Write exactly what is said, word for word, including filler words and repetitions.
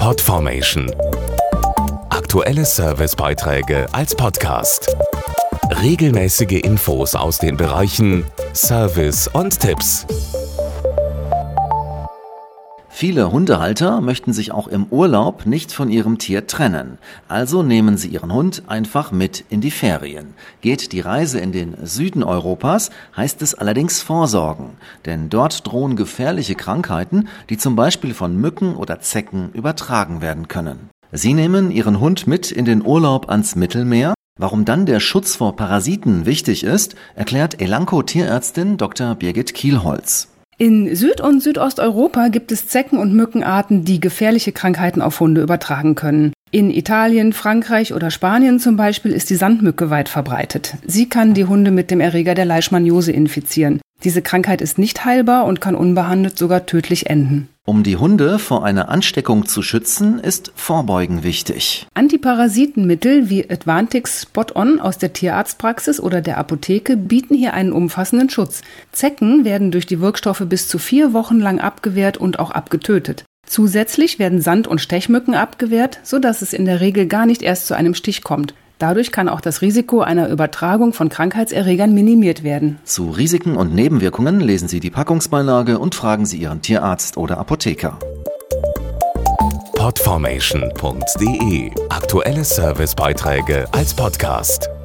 Podformation. Aktuelle Servicebeiträge als Podcast. Regelmäßige Infos aus den Bereichen Service und Tipps. Viele Hundehalter möchten sich auch im Urlaub nicht von ihrem Tier trennen. Also nehmen sie ihren Hund einfach mit in die Ferien. Geht die Reise in den Süden Europas, heißt es allerdings vorsorgen. Denn dort drohen gefährliche Krankheiten, die zum Beispiel von Mücken oder Zecken übertragen werden können. Sie nehmen ihren Hund mit in den Urlaub ans Mittelmeer. Warum dann der Schutz vor Parasiten wichtig ist, erklärt Elanco-Tierärztin Doktor Birgit Kielholz. In Süd- und Südosteuropa gibt es Zecken- und Mückenarten, die gefährliche Krankheiten auf Hunde übertragen können. In Italien, Frankreich oder Spanien zum Beispiel ist die Sandmücke weit verbreitet. Sie kann die Hunde mit dem Erreger der Leishmaniose infizieren. Diese Krankheit ist nicht heilbar und kann unbehandelt sogar tödlich enden. Um die Hunde vor einer Ansteckung zu schützen, ist Vorbeugen wichtig. Antiparasitenmittel wie Advantix Spot-On aus der Tierarztpraxis oder der Apotheke bieten hier einen umfassenden Schutz. Zecken werden durch die Wirkstoffe bis zu vier Wochen lang abgewehrt und auch abgetötet. Zusätzlich werden Sand- und Stechmücken abgewehrt, sodass es in der Regel gar nicht erst zu einem Stich kommt. Dadurch kann auch das Risiko einer Übertragung von Krankheitserregern minimiert werden. Zu Risiken und Nebenwirkungen lesen Sie die Packungsbeilage und fragen Sie Ihren Tierarzt oder Apotheker. Podformation punkt de. Aktuelle Servicebeiträge als Podcast.